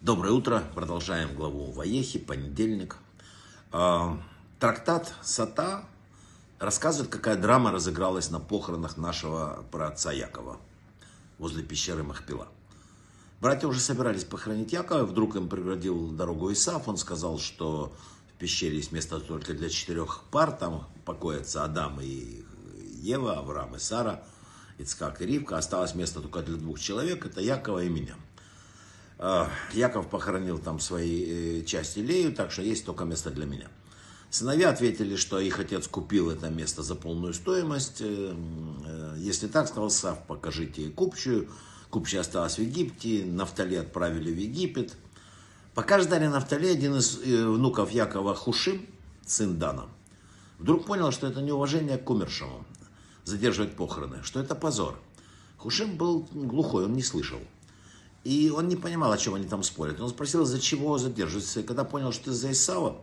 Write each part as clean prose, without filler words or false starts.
Доброе утро. Продолжаем главу Ваехи, понедельник. Трактат Сата рассказывает, какая драма разыгралась на похоронах нашего праотца Якова возле пещеры Махпела. Братья уже собирались похоронить Якова, вдруг им преградил дорогу Исав. Он сказал, что в пещере есть место только для 4 пар, там покоятся Адам и Ева, Авраам и Сара, Ицхак и Ривка. Осталось место только для 2 человек, это Якова и меня. Яков похоронил там свои части Лею, так что есть только место для меня. Сыновья ответили, что их отец купил это место за полную стоимость. Если так, сказал Исав, покажите купчую. Купчая осталась в Египте, Нафтали отправили в Египет. Пока ждали Нафтали, один из внуков Якова, Хушим, сын Дана, вдруг понял, что это неуважение к умершему, задерживать похороны, что это позор. Хушим был глухой, он не слышал. И он не понимал, о чем они там спорят. Он спросил, из-за чего задерживаются. И когда понял, что из-за Исава,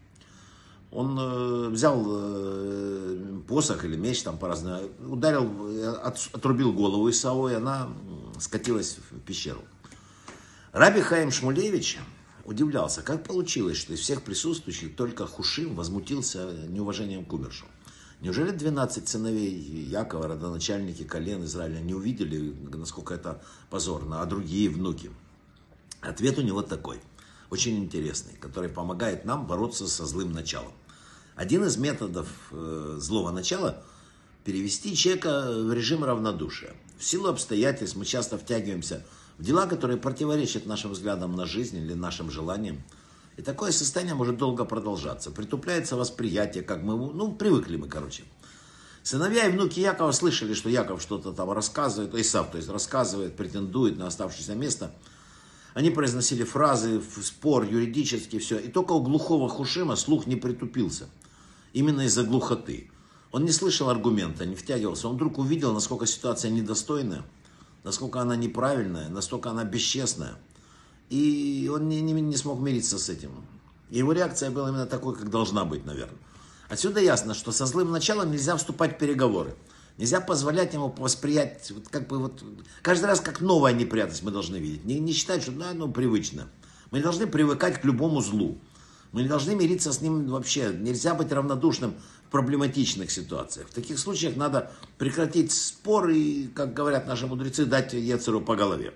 он взял посох или меч, там по-разному, ударил, отрубил голову Исаву, и она скатилась в пещеру. Раби Хаим Шмулевич удивлялся, как получилось, что из всех присутствующих только Хушим возмутился неуважением к умершему. Неужели 12 сыновей Якова, родоначальники колен Израиля, не увидели, насколько это позорно, а другие внуки? Ответ у него такой, очень интересный, который помогает нам бороться со злым началом. Один из методов злого начала – перевести человека в режим равнодушия. В силу обстоятельств мы часто втягиваемся в дела, которые противоречат нашим взглядам на жизнь или нашим желаниям. И такое состояние может долго продолжаться. Притупляется восприятие, как мы, привыкли мы, короче. Сыновья и внуки Якова слышали, что Яков что-то там рассказывает, Исав, то есть рассказывает, претендует на оставшееся место. Они произносили фразы, спор, юридически, все. И только у глухого Хушима слух не притупился. Именно из-за глухоты. Он не слышал аргумента, не втягивался. Он вдруг увидел, насколько ситуация недостойная, насколько она неправильная, насколько она бесчестная. И он не смог мириться с этим. Его реакция была именно такой, как должна быть, наверное. Отсюда ясно, что со злым началом нельзя вступать в переговоры. Нельзя позволять ему восприять, каждый раз как новая неприятность мы должны видеть. Не считать, что привычно. Мы не должны привыкать к любому злу. Мы не должны мириться с ним вообще. Нельзя быть равнодушным в проблематичных ситуациях. В таких случаях надо прекратить спор и, как говорят наши мудрецы, дать Ецеру по голове.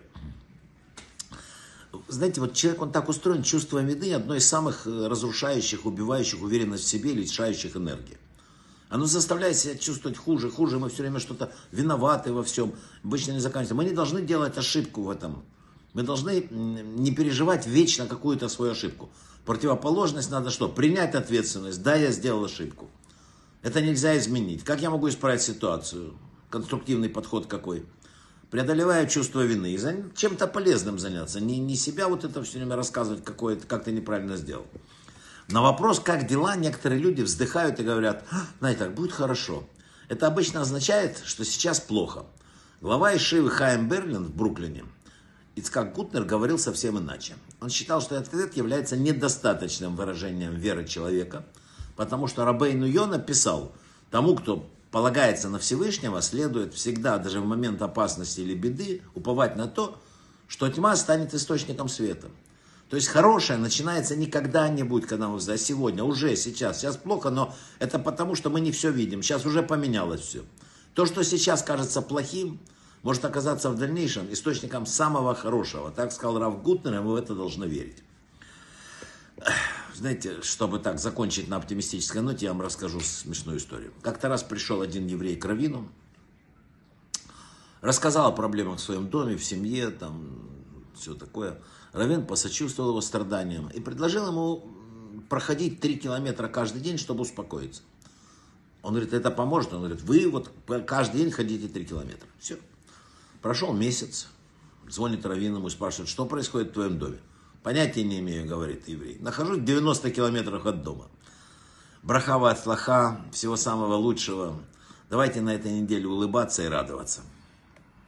Знаете, вот человек, он так устроен, чувство вины одно из самых разрушающих, убивающих уверенность в себе, лишающих энергии. Оно заставляет себя чувствовать хуже, мы все время что-то виноваты во всем, обычно не заканчивается. Мы не должны делать ошибку в этом. Мы должны не переживать вечно какую-то свою ошибку. Противоположность надо что? Принять ответственность. Да, я сделал ошибку. Это нельзя изменить. Как я могу исправить ситуацию? Конструктивный подход какой? Преодолевая чувство вины. И чем-то полезным заняться. Не себя вот это все время рассказывать, как ты неправильно сделал. На вопрос, как дела, некоторые люди вздыхают и говорят, знаете, так будет хорошо. Это обычно означает, что сейчас плохо. Глава Ишивы Хаим Берлин в Бруклине, Ицхак Гутнер, говорил совсем иначе. Он считал, что этот ответ является недостаточным выражением веры человека, потому что Рабейну Йона писал, тому, кто полагается на Всевышнего, следует всегда, даже в момент опасности или беды, уповать на то, что тьма станет источником света. То есть хорошее начинается не когда-нибудь, когда мы а сегодня, уже сейчас. Сейчас плохо, но это потому, что мы не все видим. Сейчас уже поменялось все. То, что сейчас кажется плохим, может оказаться в дальнейшем источником самого хорошего. Так сказал Рав Гутнер, и мы в это должны верить. Знаете, чтобы так закончить на оптимистической ноте, я вам расскажу смешную историю. Как-то раз пришел один еврей к раввину, рассказал о проблемах в своем доме, в семье, там, все такое. Раввин посочувствовал его страданиям и предложил ему проходить 3 километра каждый день, чтобы успокоиться. Он говорит, это поможет? Он говорит, вы вот каждый день ходите 3 километра. Все. Прошел месяц, звонит раввин ему и спрашивает, что происходит в твоем доме. Понятия не имею, говорит еврей. Нахожусь в 90 километрах от дома. Браха ва ацлаха, всего самого лучшего. Давайте на этой неделе улыбаться и радоваться.